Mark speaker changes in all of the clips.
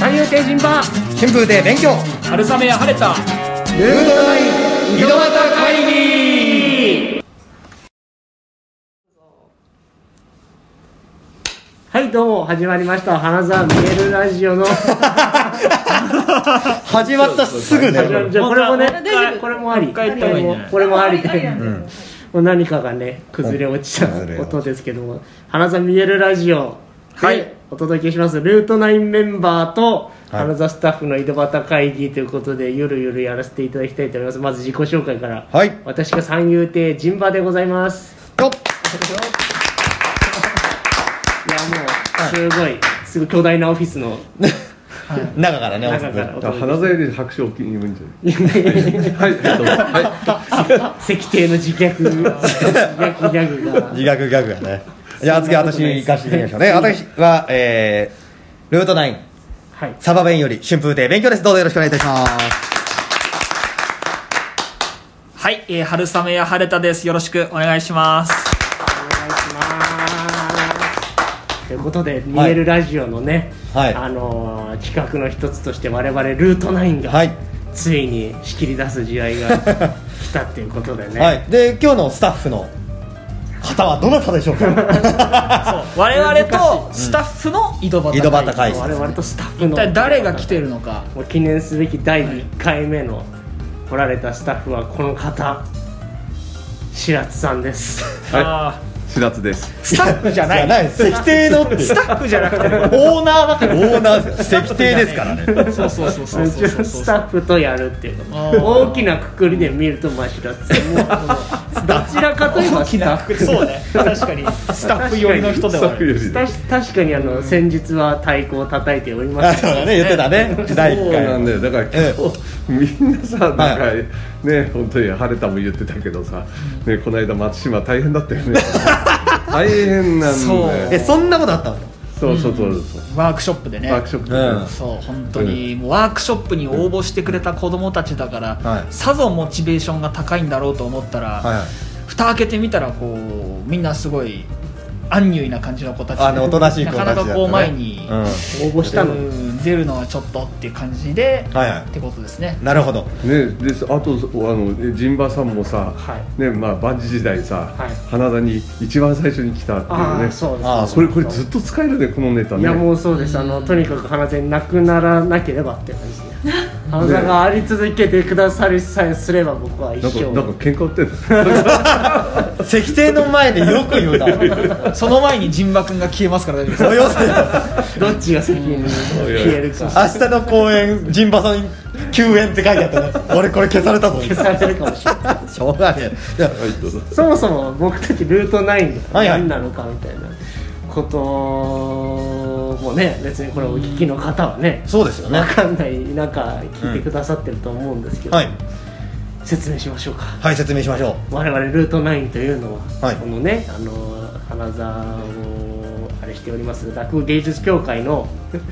Speaker 1: 三遊亭人馬
Speaker 2: 春風亭勉強
Speaker 3: 春雨や晴れた
Speaker 2: ルートナイン井戸端会議。
Speaker 1: はいどうも始まりました花沢見えるラジオの
Speaker 2: 始まったすぐね。
Speaker 1: じゃあこれもねこれもあり
Speaker 3: もう一回言った方がいいんじゃない
Speaker 1: これもありで、もう何かがね崩れ落ちた音ですけども、花沢見えるラジオでお届けします、ルート9メンバーと花座スタッフの井戸端会議ということでゆるゆるやらせていただきたいと思います。まず自己紹介から、
Speaker 2: はい、
Speaker 1: 私が三遊亭人馬でございます。
Speaker 2: よっ
Speaker 1: いやもうすごい巨大なオフィスの
Speaker 2: 中からね、
Speaker 1: 中から
Speaker 4: 花座より拍手大きい分じゃないはい、どうぞ。は
Speaker 1: い、石庭の自虐ギ
Speaker 2: ャグがね。じゃあ次私行かせてみましょうね。私は、ルート9、はい、サバ弁より春風亭勉強です。どうぞよろしくお願いいたします。
Speaker 3: はい、春雨や晴れたです。よろしくお願いします。
Speaker 1: お願いします。ということで見えるラジオのね、はい、企画の一つとして我々ルート9が、はい、ついに仕切り出す時代が来たっていうことでね、
Speaker 2: はい、で今日のスタッフの方はどなたでしょうか。
Speaker 3: そう我々とスタッフの井戸端会議、
Speaker 1: 我々とスタッフの
Speaker 3: 一体誰が来てるのか。
Speaker 1: もう記念すべき第1回目の来られたスタッフはこの方、白津さんです。
Speaker 4: はい、白津です。
Speaker 3: スタッフじゃない
Speaker 2: 石庭のって
Speaker 3: スタッフじゃなくて
Speaker 2: オーナーだから。オーナーですよ。石庭ですからね。
Speaker 3: そう
Speaker 1: スタッフとやるっていう大きなくくりで見ると白津さんもどちらかといえばスタッフ。
Speaker 3: そうね、確かにスタッフ寄りの人ではある。
Speaker 1: 確かに先日は太鼓を叩いておりました。
Speaker 2: そうだね、言ってたね。第1回
Speaker 4: なんだよ。だから今日みんなさ、なんかね、本当に晴れたも言ってたけどさ、ね、この間松島大変だったよね。大変なんだよ。
Speaker 2: そんなことあったんですか。
Speaker 4: そう、
Speaker 3: ワークショップでね。そう本当にもうワークショップに応募してくれた子どもたちだから、さぞモチベーションが高いんだろうと思ったら、蓋開けてみたらこうみんなすごいアンニュイな感じの子たちで、
Speaker 2: おとなしい子たちだったね。
Speaker 3: なかなかこう前に
Speaker 1: 応募したの
Speaker 3: 出るのはちょっとっていう感じで、ってことですね。
Speaker 2: なるほど
Speaker 4: ね。であと陣馬さんもさ、ね、まあ万事時代さ、花田に一番最初に来たっていうね。これずっと使えるね、このネタね。
Speaker 1: いやもうそうです。とにかく花田になくならなければって感じですね。花田があり続けてくださりさえすれば僕は一生。
Speaker 4: なんか喧嘩売ってる。
Speaker 2: 石庭の前でよく言うな。
Speaker 3: その前に陣馬くんが消えますから大丈夫です。
Speaker 1: どっちが先に消えるか。
Speaker 2: 明日の公演陣馬さん休演って書いてあったね。俺これ消されたぞ。
Speaker 1: 消されるかもしれない。
Speaker 2: しょうがねえ。
Speaker 1: そもそも僕たちルート9が何なのかみたいなこともね、別にこれお聞きの方はね、
Speaker 2: そうですよね、
Speaker 1: 分かんない中聞いてくださってると思うんですけど、説明しましょうか。
Speaker 2: はい、説明しましょう。
Speaker 1: 我々ルート9というのは、このね、花座をあれしております落語芸術協会の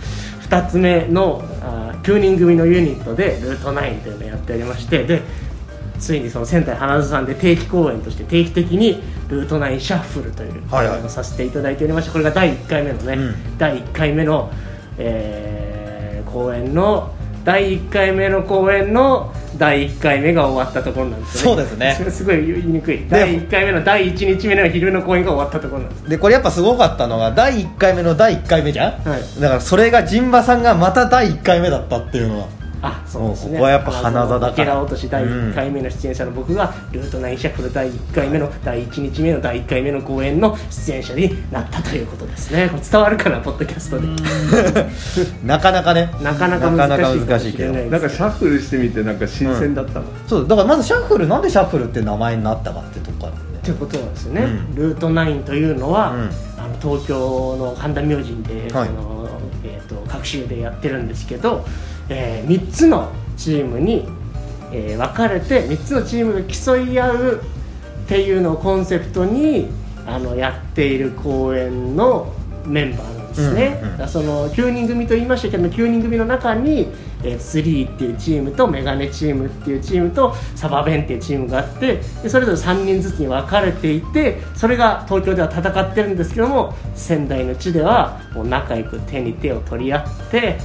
Speaker 1: 2つ目の9人組のユニットでルート9というのをやっておりまして、でついにその仙台花座さんで定期公演として定期的にルート9シャッフルという公演をさせていただいておりまして、これが第1回目のね、第1回目の、公演の第1回目の公演の第1回目が終わったところなんですよね。
Speaker 2: そうですね。
Speaker 1: すごい言いにくい。第1回目の第1日目の昼の公演が終わったところなんです。
Speaker 2: でこれやっぱすごかったのが第1回目の第1回目じゃん、だからそれが陣馬さんがまた第1回目だったっていうのは、
Speaker 1: そうですね。
Speaker 2: ここはやっぱ花座だから。
Speaker 1: ゲラ落とし第1回目の出演者の僕がルート9シャッフル第1回目の第1日目の第1回目の公演の出演者になったということですね。これ伝わるかな、ポッドキャストで。
Speaker 2: なかなかね、
Speaker 1: なかなか難しいけど、
Speaker 4: なんかシャッフルしてみてなんか新鮮だったの、
Speaker 2: そうだからまずシャッフル、なんでシャッフルって名前になったかってとこからね
Speaker 1: ってことなんですよね。ルート9というのは、東京の神田明神で、各週でやってるんですけど、3つのチームに、分かれて3つのチームが競い合うっていうのをコンセプトにやっている公演のメンバーなんですね。だからその9人組と言いましたけど、9人組の中に3っていうチームとメガネチームっていうチームとサバベンっていうチームがあって、でそれぞれ3人ずつに分かれていて、それが東京では戦ってるんですけども、仙台の地ではもう仲良く手に手を取り合って、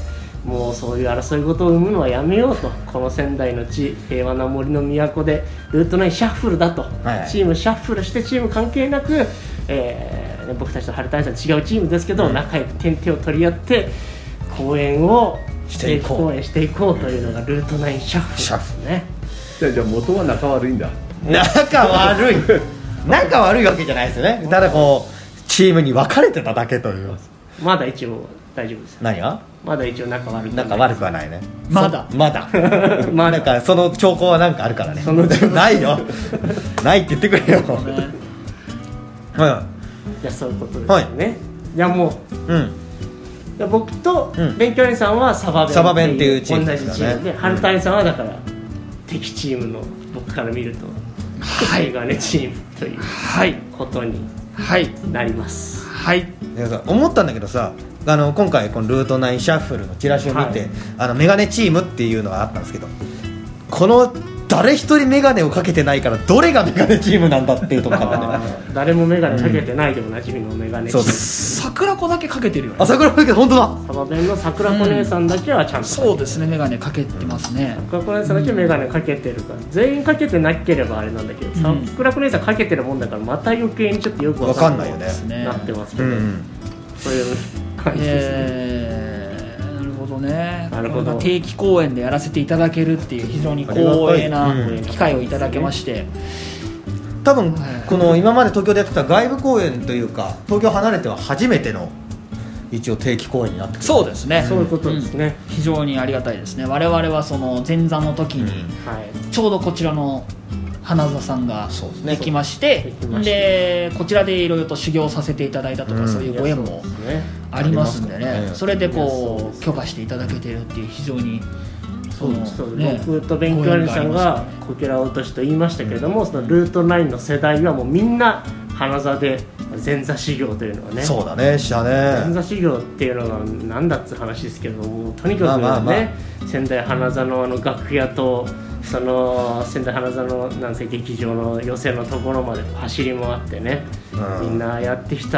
Speaker 1: もうそういう争い事を生むのはやめようと、この仙台の地、平和な森の都でルート9シャッフルだと、チームシャッフルしてチーム関係なく、僕たちと晴れたんさん違うチームですけど、仲良く手を取り合って公演をしていこうというのがルート9シャッフルですね。
Speaker 4: じゃあ元は仲悪いんだ。
Speaker 2: 仲悪いわけじゃないですよね。ただこうチームに分かれてただけという。
Speaker 1: まだ一応大丈夫です。
Speaker 2: 何が？
Speaker 1: まだ一応仲悪
Speaker 2: くはないね。
Speaker 3: まだ
Speaker 2: なんかその兆候はなんかあるからね。ないよないって言ってくれよ。
Speaker 1: いやそういうことですよね。いやもう、僕と勉強兄さんはサバベンっていうチームですからね。春谷さんはだから敵チームの、僕から見るとメガネチームということになります。
Speaker 2: 思ったんだけどさ、今回このルート9シャッフルのチラシを見て、メガネチームっていうのがあったんですけど、この誰一人メガネをかけてないからどれがメガネチームなんだっていうところがね
Speaker 1: 誰もメガネかけてないでおなじみのメガネチーム。
Speaker 3: 桜子だけかけてるよね。
Speaker 2: 桜子だけ、本当だ。
Speaker 1: サバ弁の桜子姉さんだけはちゃんと、
Speaker 3: そうですね、メガネかけてますね。
Speaker 1: 桜子姉さんだけメガネかけてるから、全員かけてなければあれなんだけど、桜子姉さんかけてるもんだからまた余計にちょっとよく分かんないよねなってますけど、そういう感じですね。
Speaker 3: なるほど。定期公演でやらせていただけるっていう非常に光栄な機会をいただけまして、
Speaker 2: 多分この今まで東京でやってた外部公演というか、東京離れては初めての一応定期公演になってくる。
Speaker 3: そうですね、
Speaker 1: そういうことですね。
Speaker 3: 非常にありがたいですね。我々はその前座の時にちょうどこちらの花座さんができまして、でこちらでいろいろと修行させていただいたとか、そういうご縁もありますんでね、それでこう許可していただけてるっていう、非常に
Speaker 1: 僕と勉強兄さんがこけら落としと言いましたけれども、そのルート9の世代はもうみんな花座で前座修行というのはね、
Speaker 2: そうだね、したね。
Speaker 1: 前座修行っていうのがなんだって話ですけども、とにかくね、仙台花座の楽屋とその仙台花座のなんせ劇場の寄席のところまで走り回ってね、みんなやってきた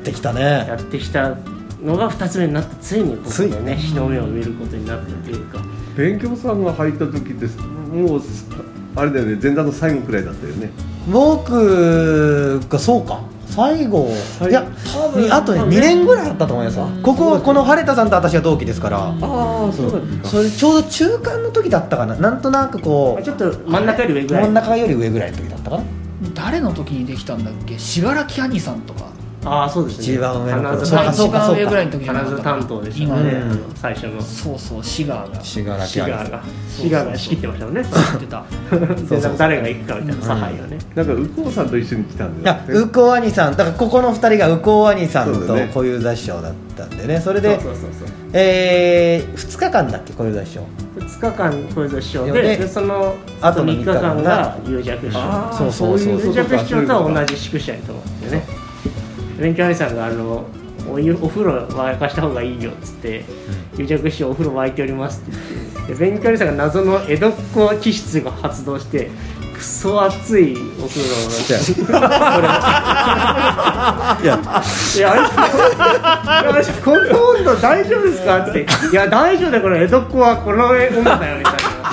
Speaker 1: のが2つ目になって、ついにここでね日の目を見ることになったというか。
Speaker 4: 勉強さんが入った時ってもうあれだよね、前座の最後くらいだったよね。
Speaker 2: 僕がそうか、最後いやあとね2年ぐらいあったと思います。この晴田さんと私は同期ですから、それちょうど中間の時だったかな、なんとなくこう
Speaker 1: ちょっと真ん中より上ぐらい、
Speaker 2: 真ん中より上ぐらいの時だったかな。
Speaker 3: 誰の時にできたんだっけ、信楽兄さんとか。
Speaker 1: そうですね、
Speaker 2: 一番上の頃、
Speaker 3: 一番上ぐらいの時に
Speaker 1: 金沢担当でしたね、最初の。
Speaker 3: そうシガーが
Speaker 1: 仕切ってましたもんね。
Speaker 3: 仕切ってた
Speaker 1: 誰が行くかみたいな差配をね。
Speaker 4: なんか右近さんと一緒に来たんだよね。
Speaker 2: 右近兄さんだから、ここの2人が右近兄さんと小遊三師匠だったんでね。それで2日間だっけ、小遊三師匠。2日間小遊三師匠で、そのあと3日間が有弱師匠。有弱師匠とは同じ宿舎に泊まってね。勉強兄さんがお風呂沸かした方がいいよっつって、有弱師匠お風呂沸いておりますって言って、勉強兄さんが謎の江戸っ子気質が発動して、クソ熱いお風呂をいやあれこんな温度大丈夫ですかって言って、いや大丈夫だよ、この江戸っ子はこの温度だよみたい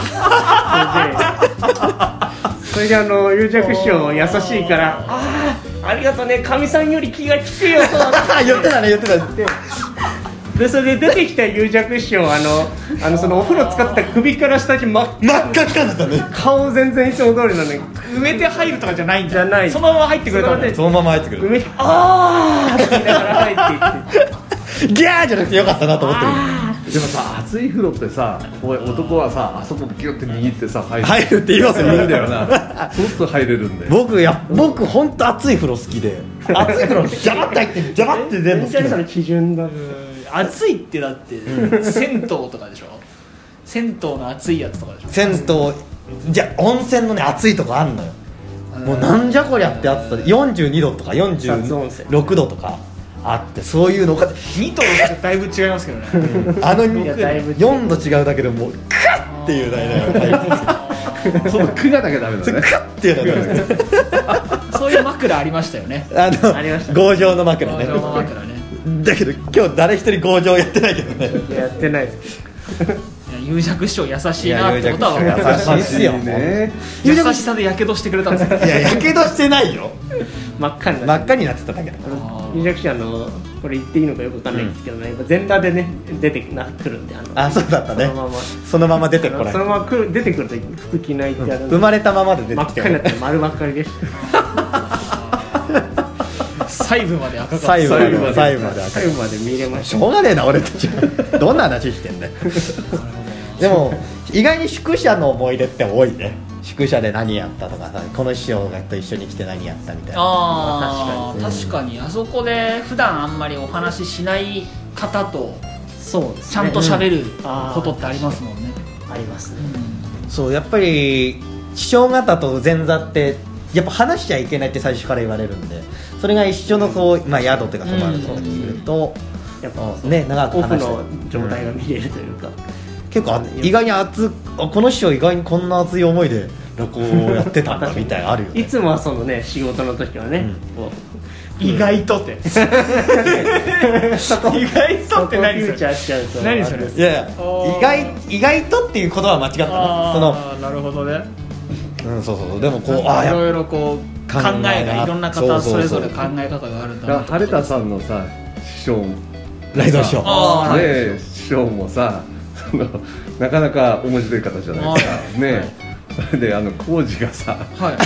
Speaker 2: な。それで有弱師匠優しいから、ありがとうね、かみさんより気が利くよと言ってた
Speaker 1: で、それで出てきた有弱師匠、そのお風呂使ってた首から下に真っ赤っかだったね。顔全然いつも通りなのに、
Speaker 3: 埋めて入るとかじゃないん
Speaker 1: じゃない、
Speaker 3: そのまま入ってくれたんで、
Speaker 2: そのまま入ってくる、
Speaker 1: 埋めてって言いながら入っていって
Speaker 2: ギャーじゃなくてよかったなと思ってる。
Speaker 4: でもさ、熱い風呂ってさ、男はさ、あそこギュッて握ってさ
Speaker 2: 入るって言いますよね。
Speaker 4: いいんだよな。そうすると入れるんで。
Speaker 2: 僕本当熱い風呂好きで、熱い風呂ジャバって入ってジャバって出るの好きなの。
Speaker 1: 基準だ。
Speaker 3: 熱いってだって銭湯とかでしょ。銭湯の熱いやつとかでしょ。
Speaker 2: 銭湯じゃ温泉のね熱いとこあんのよ。もうなんじゃこりゃって暑さで42度とか46度とかあって、そういうのが
Speaker 3: 2とだいぶ違いますけどね。
Speaker 2: 4度違うだけでもうクッっていうね。
Speaker 4: そのクがだけダメだね。
Speaker 2: クッっていうのがダメ。
Speaker 3: そういう枕ありましたよね。
Speaker 2: 強情の枕ね。
Speaker 3: 強情の枕ね。
Speaker 2: だけど今日誰一人強情やってないけどね。
Speaker 1: やってないです。
Speaker 3: 有弱師匠優しいなってことは分かる。
Speaker 2: 優しいよ
Speaker 3: ね。優しさでやけどしてくれたんですよ。
Speaker 2: いややけどしてないよ。
Speaker 1: 真っ赤になってただけだ。有弱師これ言っていいのかよく分かんないんですけどね、全裸でね出てくるんで
Speaker 2: そうだったね。そのまま出てこない。
Speaker 1: そのまま出てくると服着ないって
Speaker 2: 生まれたままで出てきて。
Speaker 1: 真っ赤になって丸ばっかりでした。
Speaker 3: 細部まで赤かった。
Speaker 2: 細部まで
Speaker 1: 見れました。
Speaker 2: しょうがねえな俺たち。どんな話してんだよ。でも意外に宿舎の思い出って多いね。宿舎で何やったとかさ、この師匠と一緒に来て何やったみたいな。
Speaker 3: 確かにあそこで普段あんまりお話ししない方とちゃんと喋ることってありますもんね。
Speaker 1: ありますね。
Speaker 2: そうやっぱり師匠方と前座ってやっぱ話しちゃいけないって最初から言われるんで、それが一緒の宿っていうか泊まるとこにいると
Speaker 1: やっぱ
Speaker 2: ね長く話して
Speaker 1: オフの状態が見れるというか、
Speaker 2: 結構意外にこの師匠意外にこんな熱い思いで落語をやってたんだみたいなあるよね。
Speaker 1: いつもはそのね仕事の時はね、
Speaker 3: 意外とって意外とって何それ。何それ。
Speaker 2: いや意外とっていう言葉は間違ったな。
Speaker 3: なるほどね。
Speaker 2: そうでもこう
Speaker 3: いろいろこう考えがいろんな方それぞれ考え方があるんだな。
Speaker 4: 晴田さんのさ師匠
Speaker 2: ライド師匠
Speaker 4: 師匠もさなかなか面白い方じゃないですかね。で浩二がさ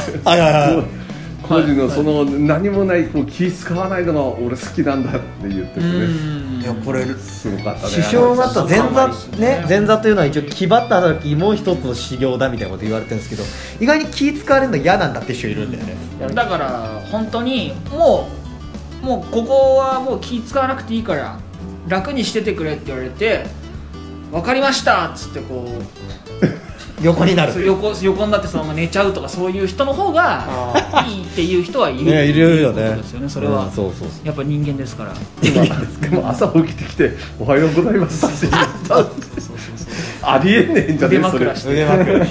Speaker 4: 浩二のその何もないこう気使わないのが俺好きなんだって言っててね。
Speaker 2: いやこれ
Speaker 4: すごかったね。
Speaker 2: 師匠方前座というのは一応気張った時もう一つの修行だみたいなこと言われてるんですけど、意外に気使われるの嫌なんだって人いるんだよね。
Speaker 3: だから本当にもうここはもう気使わなくていいから楽にしててくれって言われて分かりましたっつってこう
Speaker 2: 横になる。
Speaker 3: 横になってそのまま寝ちゃうとかそういう人の方がいいっていう人はいる。
Speaker 2: いるよね。
Speaker 3: ですよね。それはやっぱ人間ですから。
Speaker 4: でも朝起きてきておはようございますって言ったありえねえんじゃねえそれ。
Speaker 2: 腕枕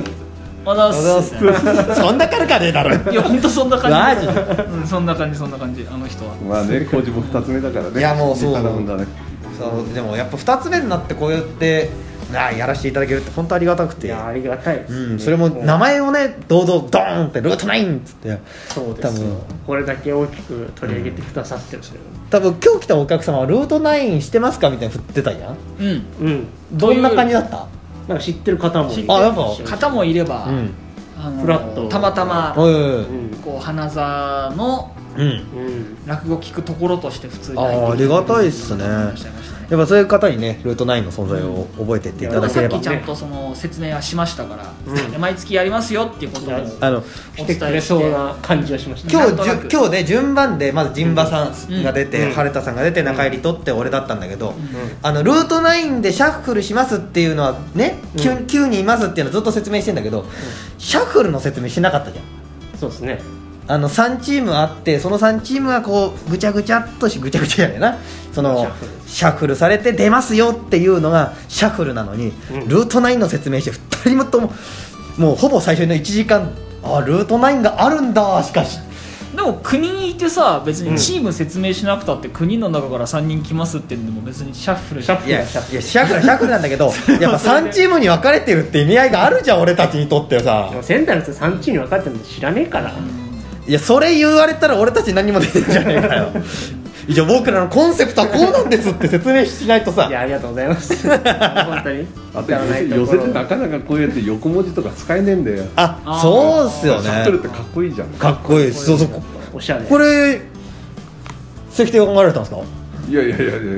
Speaker 2: そんな軽かねえだろ。
Speaker 3: いや本当そんな感じ。そんな感じあの人は。
Speaker 4: まあね浩二も2つ目だからね。
Speaker 2: いやもうそうでもやっぱ2つ目になってこうやってやらせていただけるって本当ありがたくて。
Speaker 1: いやありがたいです、
Speaker 2: それも名前をね堂々ドーンってルート9っつって。
Speaker 1: そうですよ。これだけ大きく取り上げてくださってる。
Speaker 2: 多分今日来たお客様はルート9してますかみたいな振ってたじゃん。どんな感じだった？
Speaker 1: なんか知ってる方もいる。
Speaker 2: やっぱ
Speaker 3: 方もいれば、
Speaker 1: フラット
Speaker 3: たまたまこう花座の落語聞くところとして普通に
Speaker 2: ありがたいっすね。やっぱそういう方にねルート9の存在を覚えていっていただければ。
Speaker 3: さっきちゃんとその説明はしましたから、毎月やりますよっていうことを
Speaker 1: 来てくれそうな感じはしました。
Speaker 2: 今日ね順番でまず陣馬さんが出て、晴田さんが出て、中入り取って俺だったんだけど、ルート9でシャッフルしますっていうのはね、9人いますっていうのをずっと説明してんだけど、シャッフルの説明しなかったじゃん。
Speaker 1: そうですね。
Speaker 2: 3チームあって、その3チームがこうぐちゃぐちゃっとぐちゃぐちゃやねな、そのシャッフルされて出ますよっていうのがシャッフルなのに、ルート9の説明して2人ともうほぼ最初の1時間ルート9があるんだ。しかし
Speaker 3: でも9人いてさ、別にチーム説明しなくたって9人の中から3人来ますってんでも別にシャッフルシャッ
Speaker 2: フルなんだけどやっぱ3チームに分かれてるって意味合いがあるじゃん俺たちにとってさ。
Speaker 1: 仙台の人3チームに分かれてるの知らねえから。
Speaker 2: いやそれ言われたら俺たち何も出てんじゃねえかよ。一応僕らのコンセプトはこうなんですって説明しないとさ。
Speaker 1: いやありがとうございます本当に。
Speaker 4: あと寄せてなかなかこうやって横文字とか使えねえんだよ。
Speaker 2: そうっすよね。
Speaker 4: シャッフルってかっこいいじゃん。
Speaker 2: かっこいい。そう
Speaker 1: おしゃれ。
Speaker 2: これ関手が考えられたんですか？
Speaker 4: いや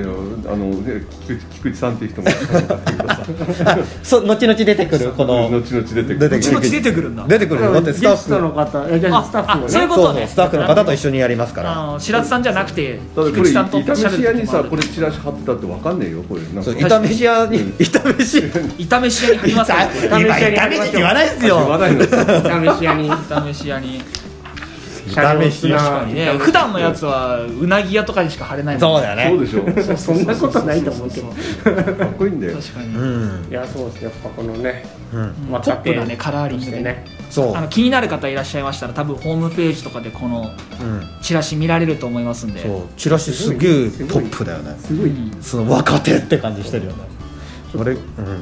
Speaker 4: 菊池さんっていう人も
Speaker 2: 後々出てくるこの
Speaker 4: 後々出て
Speaker 3: くるんだ。
Speaker 2: 出てくる。だってスタッフ
Speaker 1: ゲストの方、スタッフ
Speaker 3: そういうことね。
Speaker 2: スタッフの方と一緒にやりますから。
Speaker 3: 白津さんじゃなくて
Speaker 4: 菊池さんと炒飯屋にさこれチラシ貼ってたってわかんねえよこれ。
Speaker 2: 炒飯屋に
Speaker 3: 炒飯屋に貼ります
Speaker 2: 炒飯って言わないですよ。
Speaker 3: 炒飯屋に
Speaker 2: 炒飯屋
Speaker 3: ね、普段のやつはうなぎ屋とかにしか貼れない。
Speaker 2: そうだよね。
Speaker 4: そうでしょ。
Speaker 1: そんなことないと思うけど
Speaker 4: かっこいいんだよ。
Speaker 3: 確かに。
Speaker 1: いやそうですね。やっぱこのね
Speaker 3: ポップなねカラーリングでね。
Speaker 2: そう
Speaker 3: 気になる方いらっしゃいましたら多分ホームページとかでこのチラシ見られると思いますんで。
Speaker 2: そうチラシすげえトップだよね。
Speaker 1: すごい
Speaker 2: その若手って感じしてるよね。 俺、
Speaker 1: ね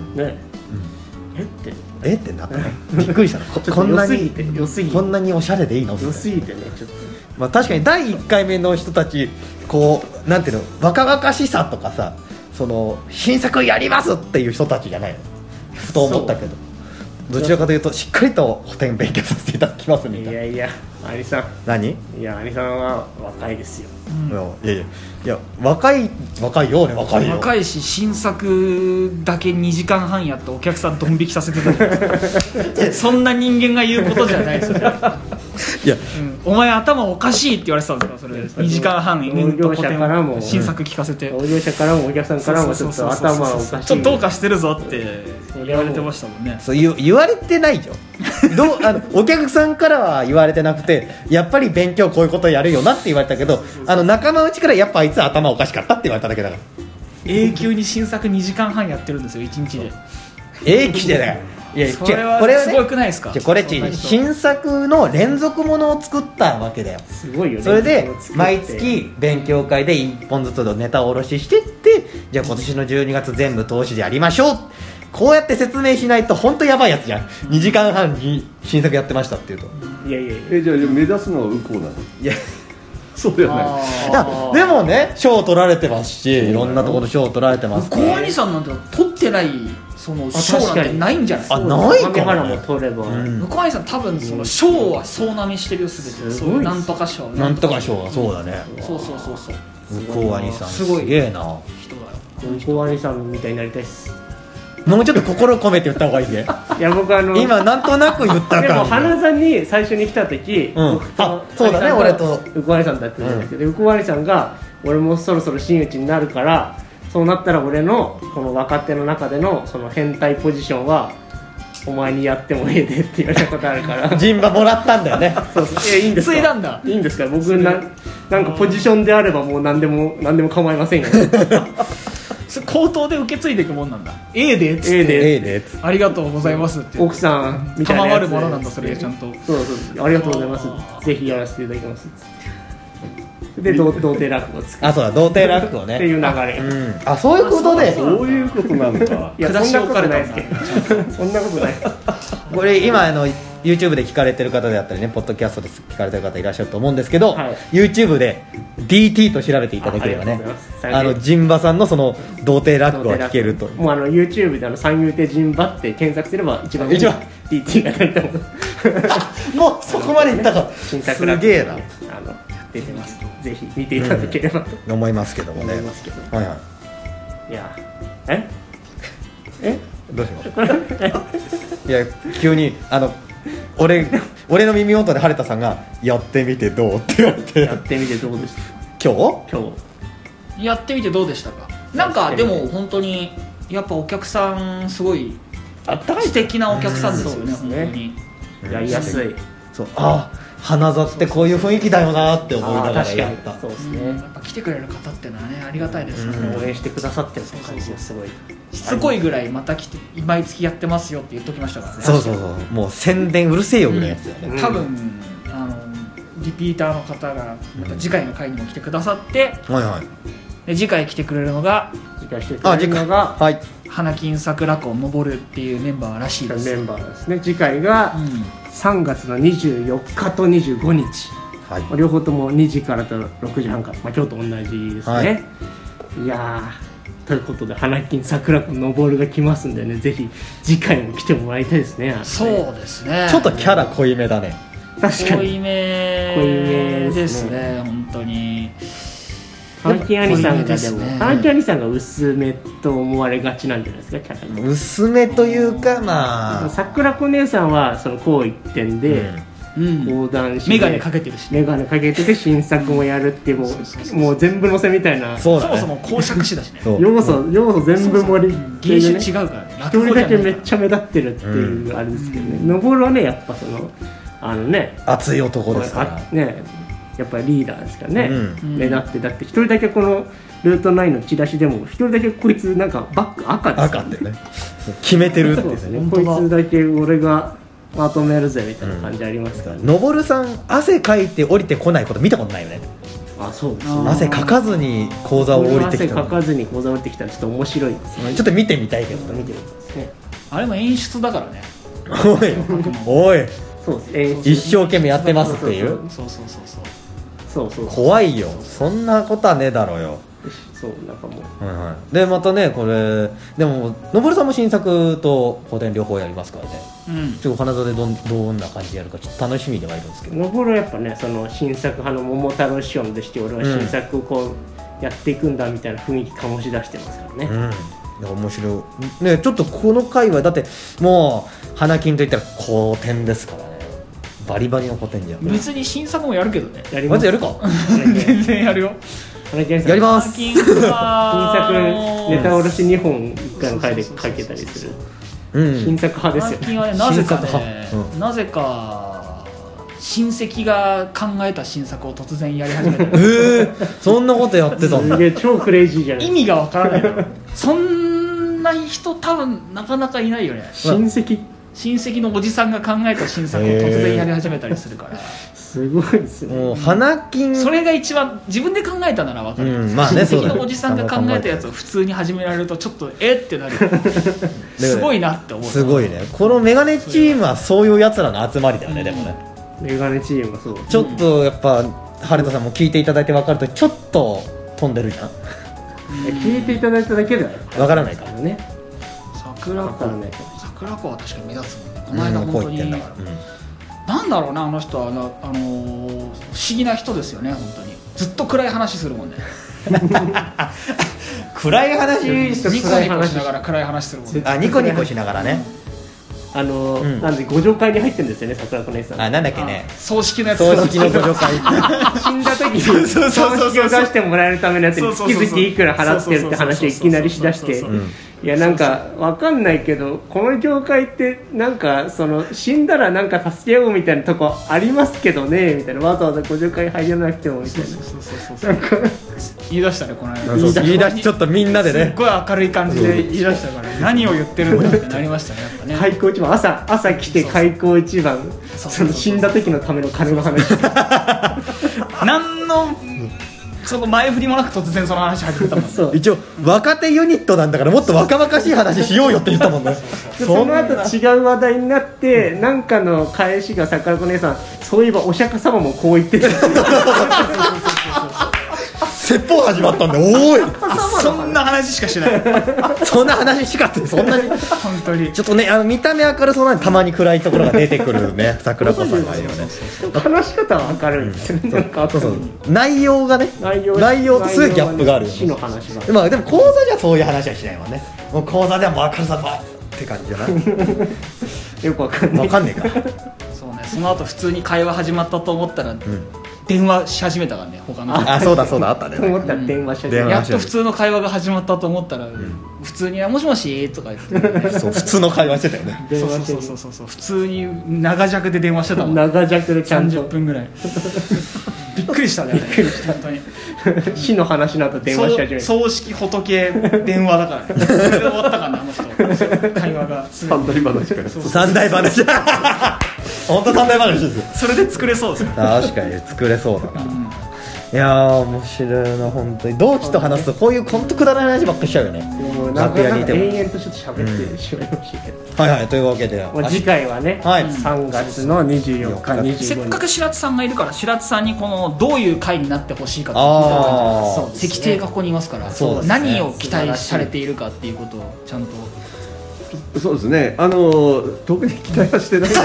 Speaker 2: ってなったねびっくりしたのこんなにこんなにおしゃれでいいの
Speaker 1: 良すぎてねちょっと
Speaker 2: まあ確かに第1回目の人たちこうなんていうの若々しさとかさその新作やりますっていう人たちじゃないのふと思ったけどどちらかというとしっかりと古典勉強させていただきますみたいな。
Speaker 1: いや兄さん
Speaker 2: 何？
Speaker 1: いや兄さんは若いですよ、
Speaker 2: いや若いよ俺若いよ
Speaker 3: 若いし新作だけ2時間半やってお客さんドン引きさせてたじゃないですかそんな人間が言うことじゃないですよいや、お前頭おかしいって言われてたんですからそれ2時間半
Speaker 1: 同業者からも
Speaker 3: 新作聞かせて
Speaker 1: 同業者からもお客さんからもちょっと頭おかしい
Speaker 3: ちょっとどうかしてるぞって言われてましたもんね。
Speaker 2: そう言われてないじゃんお客さんからは言われてなくてやっぱり勉強こういうことやるよなって言われたけど仲間内からやっぱあいつ頭おかしかったって言われただけだから
Speaker 3: 永久に新作2時間半やってるんですよ1日で。
Speaker 2: 永久じゃないいや
Speaker 3: それはすごくないですか。
Speaker 2: これ新作の連続ものを作ったわけだよ。
Speaker 1: すごいよね。
Speaker 2: それで毎月勉強会で1本ずつのネタをおろししてってじゃあ今年の12月全部投資でやりましょうこうやって説明しないと本当やばいやつじゃん。2時間半に新作やってましたっていうと
Speaker 1: いや
Speaker 4: じゃあ目指すのは右近なの？
Speaker 2: いや
Speaker 4: そうじゃない。
Speaker 2: いやでもね賞を取られてますしいろんなところの賞を取られてます
Speaker 3: 右近兄さんなんて取ってないその賞なんてないんじゃないですか。
Speaker 2: ないか
Speaker 1: な、ね、も取れば、
Speaker 3: 向こう兄さん多分その賞は総なめしてるよすべてそういうなんとか賞
Speaker 2: なんとか賞はそうだね。
Speaker 3: そう
Speaker 2: 向こう兄さんすごいな人だよ。
Speaker 1: 向こう兄さんみたいになりたいっす。
Speaker 2: もうちょっと心込めて言った方がいいね
Speaker 1: いや僕
Speaker 2: 今なんとなく言ったから
Speaker 1: でも花さんに最初に来た時、
Speaker 2: そうだね俺と
Speaker 1: 向こう兄さんだったんですけど、向こう兄さんが俺もそろそろ真打ちになるからそうなったら俺のこの若手の中でのその変態ポジションはお前にやってもええでって言われたことあるから
Speaker 2: 陣馬もらったんだよね
Speaker 1: そういいんですか。
Speaker 3: ついだんだ。
Speaker 1: いいんですか。僕なんかポジションであればもう何でも構いませんよ
Speaker 3: 口頭で受け継いでいくもんなんだ。ええでっつって
Speaker 2: ええで
Speaker 3: ありがとうございますって
Speaker 1: 奥さんみたいなやつ
Speaker 3: 賜るものなんだそれちゃんと
Speaker 1: そうありがとうございますぜひやらせていただきますで童貞落語を作る
Speaker 2: そうだ童貞落語ね
Speaker 1: っていう流れ、
Speaker 2: あそういうことで
Speaker 4: そういうことなんだ
Speaker 1: いやそんなことないですけどそんなことない
Speaker 2: これ今YouTube で聞かれてる方であったりねポッドキャストで聞かれてる方いらっしゃると思うんですけど、YouTube で DT と調べていただければね陣馬さんのその童貞落語が聞けると
Speaker 1: もうYouTube で三遊亭陣馬って検索すれば一番 DT が出ると思う
Speaker 2: もうそこまでいったか
Speaker 1: 新作
Speaker 2: すげえな
Speaker 1: 出てますぜひ見ていただければと
Speaker 2: 思いますけどもねい
Speaker 1: や
Speaker 2: どうしましょういや急に俺の耳元で晴れたさんがやってみてどうって言われて
Speaker 1: やってみてどうでした
Speaker 2: 今
Speaker 3: 日やってみてどうでしたか。なんかでも本当にやっぱお客さんすごい素敵なお客さんですよね。本当に
Speaker 1: やりやすい。
Speaker 2: そう花座ってこういう雰囲気だよなって思いながらやった。
Speaker 3: そうですね。やっぱ来てくれる方ってのはねありがたいですよね。
Speaker 1: 応援してくださってる感じがすごい
Speaker 3: しつこいぐらいまた来て毎月やってますよって言っときましたからね。
Speaker 2: そうもう宣伝うるせえよぐらいやつだよね。
Speaker 3: 多分リピーターの方がまた次回の回にも来てくださってで次回来てくれるのが花金桜子登るっていうメンバーらしいです。
Speaker 1: メンバーですね。次回が3月の24日と25日、両方とも2時からと6時半から、今日と同じですね、いやということで花金桜子登るが来ますんでねぜひ次回も来てもらいたいですね。
Speaker 3: そうですね。
Speaker 2: ちょっとキャラ濃いめだね。
Speaker 1: 確かに
Speaker 3: 濃いめですね本当に。
Speaker 1: 花金兄さんがでも花金兄さんが薄めと思われがちなんじゃないですかキャラが。
Speaker 2: 薄めというか
Speaker 1: 桜子姉さんはそのこう一点で講談師で
Speaker 3: メガネかけてるし
Speaker 1: メガネかけてて新作もやるってもう全部載せみたいな。
Speaker 3: そもそも講釈師だしね。
Speaker 1: 要素全部盛り
Speaker 3: 芸種違うからね。
Speaker 1: 一人だけめっちゃ目立ってるっていうあれですけどね。登るはねやっぱその
Speaker 2: 熱い男ですから
Speaker 1: ねやっぱりリーダーですからね、目立ってだって一人だけこのルート9のチラシでも一人だけこいつなんかバッグ赤です
Speaker 2: 赤ってね決めてるってですね。
Speaker 1: こいつだけ俺がまとめるぜみたいな感じありますからね。
Speaker 2: のぼるさん汗かいて降りてこないこと見たことないよね。
Speaker 1: そうですね。
Speaker 2: 汗かかずに講座を降りてきた。
Speaker 1: 汗かかずに講座を降りてきたらちょっと面白いですね。
Speaker 2: ちょっと見てみたいけど
Speaker 1: 見てみたいですね。
Speaker 3: あれも演出だからね。
Speaker 2: おい
Speaker 1: そうです。
Speaker 2: 一生懸命やってますっていう。
Speaker 1: そう
Speaker 2: 怖いよ。そんなことはねえだろうよ。
Speaker 1: そうなんかもう、
Speaker 2: はいはい、でまたねこれでものぼるさんも新作と古典両方やりますからね、ちょっと金沢でどんな感じでやるかちょっと楽しみではいるんですけど、
Speaker 1: のぼるはやっぱねその新作派の桃太郎師匠でして俺は新作をこうやっていくんだみたいな雰囲気醸し出してますからね、
Speaker 2: 面白いね。ちょっとこの回はだってもう花金といったら古典ですからね、バリバリの古典じゃん。
Speaker 3: 別に新作もやるけどね。
Speaker 2: まずやるか
Speaker 3: 全然やるよ。
Speaker 2: やります。
Speaker 1: 新作ネタおろし2本1回の回で書けたりする、新作派ですよ。
Speaker 3: 最近はねなぜか親戚が考えた新作を突然やり始めた。
Speaker 2: そんなことやってたんだ。
Speaker 1: すげえ超クレイジーじゃない。
Speaker 3: 意味がわからない。そんな人多分なかなかいないよね。親戚のおじさんが考えた新作を突然やり始めたりするから。
Speaker 1: すごいですね。
Speaker 2: もう花金
Speaker 3: それが一番自分で考えたなら分かる、
Speaker 2: まあね、
Speaker 3: 親戚のおじさんが考えたやつを普通に始められるとちょっとってなる。すごいなって思う。
Speaker 2: すごいね。このメガネチームはそういうやつらの集まりだよね。でもね
Speaker 1: メガネチームはそう
Speaker 2: ちょっとやっぱ春田さんも聞いていただいて分かるとちょっと飛んでるじゃん。
Speaker 1: 聞いていただいただけでは
Speaker 2: 分からないから
Speaker 1: ね。
Speaker 3: 桜子は確かに目立つもんね。この間本当になんだろうな、あの人は不思議な人ですよね。本当にずっと暗い話するもんね。
Speaker 2: 暗い話
Speaker 3: ニコニコしながら暗い話するもんね。
Speaker 2: ニコニコしながらね。
Speaker 1: なんでご助会に入ってるんですよね、桜子姉さん。
Speaker 2: なんだっけね、
Speaker 3: 葬式のやつ。
Speaker 2: 葬式のご助会。
Speaker 1: 死んだ時に葬式を出してもらえるためのやつに月々いくら払ってるって話をいきなりしだして、いやなんかわかんないけどこの業界ってなんかその死んだらなんか助けようみたいなとこありますけどねみたいな、わざわざご助会入らなくてもみたいな、なんか
Speaker 3: 言い出したねこの間。
Speaker 2: 言い出しちょっとみんなでね
Speaker 3: すっごい明るい感じで言い出したから何を言ってるんだってなりましたね。やっぱね
Speaker 1: 開口一番朝来て開口一番その死んだ時のための金の話
Speaker 3: 何のそこ前振りもなく突然その話始めたもんね。
Speaker 2: 一応若手ユニットなんだからもっと若々しい話しようよって言ったもんね。
Speaker 1: その後違う話題になってなんかの返しが桜子姉さんそういえばお釈迦様もこう言ってた
Speaker 2: 説法始まったんで、おい
Speaker 3: そんな話しかしない
Speaker 2: そんな話しかってそんなに
Speaker 3: 本当に
Speaker 2: ちょっとね見た目明るそうなのにたまに暗いところが出てくるね桜子さんがいるよね。
Speaker 1: 話し方は明るいんですよね。なんか
Speaker 2: そう内容がね内容とすごいギャップがあるよね。
Speaker 1: 死の話が
Speaker 2: でも講座じゃそういう話はしないもんね。もう講座ではもう明るさばって感じじゃない
Speaker 1: よくわかんない。
Speaker 2: わかんねえか
Speaker 3: そうね。その後普通に会話始まったと思ったら、電話し始めたからね他の人。
Speaker 2: そうだあったね。
Speaker 1: と思ったら電話し始めた。
Speaker 3: やっと普通の会話が始まったと思ったら、普通にもしもしとか言って、
Speaker 2: そう普通の会話してたよね。
Speaker 3: そう普通に長尺で電話してたもん。
Speaker 1: 長尺でちゃんと
Speaker 3: 30分ぐらいびっくりしたね。びっくりした本当に。
Speaker 1: 死の話の後電話し始めた。
Speaker 3: 葬式仏電話だからね。それで終わったからねあの人会話が。
Speaker 4: 三大話から
Speaker 2: 三大話本当三大話ですよ。
Speaker 3: それで作れそうですよ。
Speaker 2: 確かに作れそうだな、いやー面白いな本当に。同期と話すとこういう本当くだらない話ばっかりしちゃうよね。
Speaker 1: 楽屋にいても延々とちょっと喋ってしまいましたけど、
Speaker 2: はいというわけで
Speaker 1: 次回はね、3月の24日25日
Speaker 3: せっかく白津さんがいるから白津さんにこのどういう回になってほしいかと聞いたらいいんじゃないですか。石庭がここにいますから、何を期待されているかっていうことをちゃんと。
Speaker 4: そうですね、特に期待はしてないんだ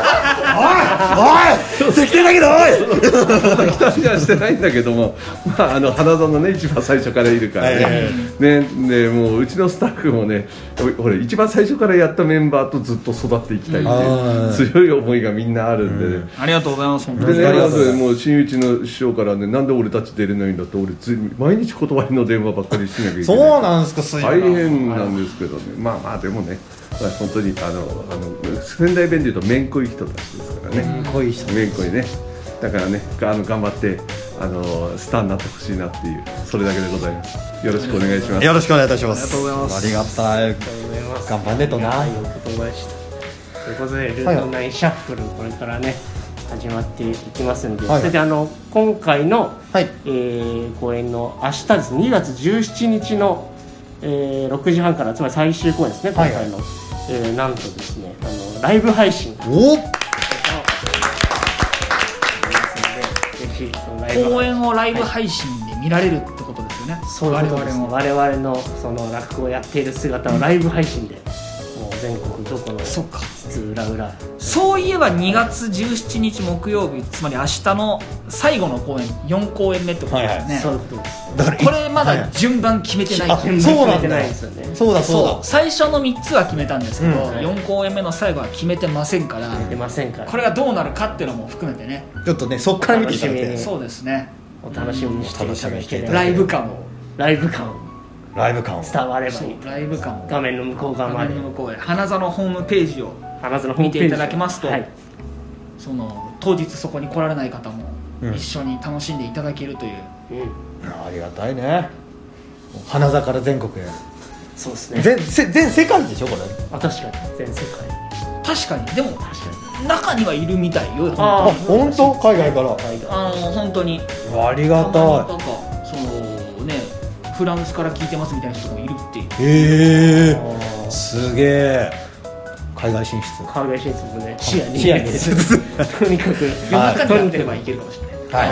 Speaker 2: おい石庭だけどおい
Speaker 4: 期待はしてないんだけども、花園のね一番最初からいるからね、もううちのスタッフもね俺一番最初からやったメンバーとずっと育っていきたいっていう強い思いがみんなあるんでね、
Speaker 3: ありがとうございます。
Speaker 4: でね、まずもう新内の師匠からね、なんで俺たち出れないんだって、俺毎日断りの電話ばっかりしなきゃいけない。
Speaker 2: そうなんですか。
Speaker 4: 大変なんですけどね、まあでもね、本当に仙台弁でいうとめんこい人たちですからね。めんこいね。だからね頑張ってスターになってほしいなっていうそれだけでございます。よろしくお願いします。
Speaker 2: よろしくお願いいたします。
Speaker 3: ありがとうございます。
Speaker 2: ありがたい。頑張んねとな。
Speaker 1: ということでルート9シャッフルこれからね始まっていきますんで、それで今回の、公演の明日です2月17日の、6時半から、つまり最終公演ですね、今回の、なんとですねライブ配信
Speaker 3: 公演をライブ配信で見られるってことですよね。
Speaker 1: そういうことです。我々のその落語をやっている姿をライブ配信で、もう全国どこの津々浦々。
Speaker 3: そういえば2月17日木曜日、つまり明日の最後の公演4公演目ってことですよね。
Speaker 1: そういうことです。
Speaker 3: これまだ順番決めてない。
Speaker 2: そうなんだ。そうだ
Speaker 3: 最初の3つは決めたんですけど、4公演目の最後は決めてませんから、これがどうなるかっていうのも含めてね、
Speaker 2: ちょっとね、そっから見ていただいて、
Speaker 3: そうですね、
Speaker 1: お楽しみにしていただければ、
Speaker 3: ライブ感を
Speaker 1: 伝わればいい。
Speaker 3: ライブ感を
Speaker 1: 画面の向こう側まで、
Speaker 3: 花座のホームページを見ていただけますと、その当日そこに来られない方も一緒に楽しんでいただけるという、
Speaker 2: ありがたいね。花座から全国へ。
Speaker 1: そうですね。
Speaker 2: 全世界でしょこれ。
Speaker 1: 確かに全世界。
Speaker 3: 確かに。でも中にはいるみたいよ。
Speaker 2: 本当？海外から。
Speaker 3: 本当に。
Speaker 2: ありがたい。
Speaker 3: なんかそのね、フランスから聞いてますみたいな人もいるっていう。
Speaker 2: すげえ。海外進出
Speaker 1: もね、視野に入れてとにかく
Speaker 3: 夜中にやってればいけるかもしれない。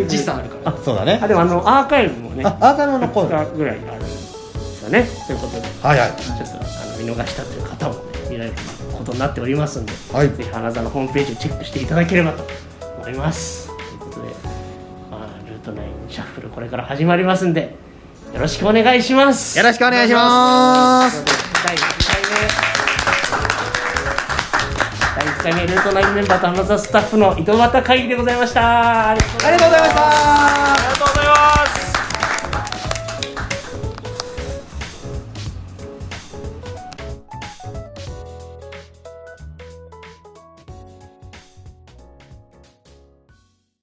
Speaker 3: 時差あるから。
Speaker 2: そうだね。
Speaker 1: でもアーカイブもね、
Speaker 2: アーカイブの残る
Speaker 1: 2日ぐらいあるんですよね。ということで、ちょっと見逃したという方もね、見られることになっておりますんで、ぜひ花座のホームページをチェックしていただければと思います。ということで、ルート9シャッフルこれから始まりますんで、よろしくお願いします。
Speaker 2: よろしくお願いします。
Speaker 1: 第1回目ルート9メンバーと花座スタッフの井戸端会議でございました。
Speaker 2: ありがとうございました。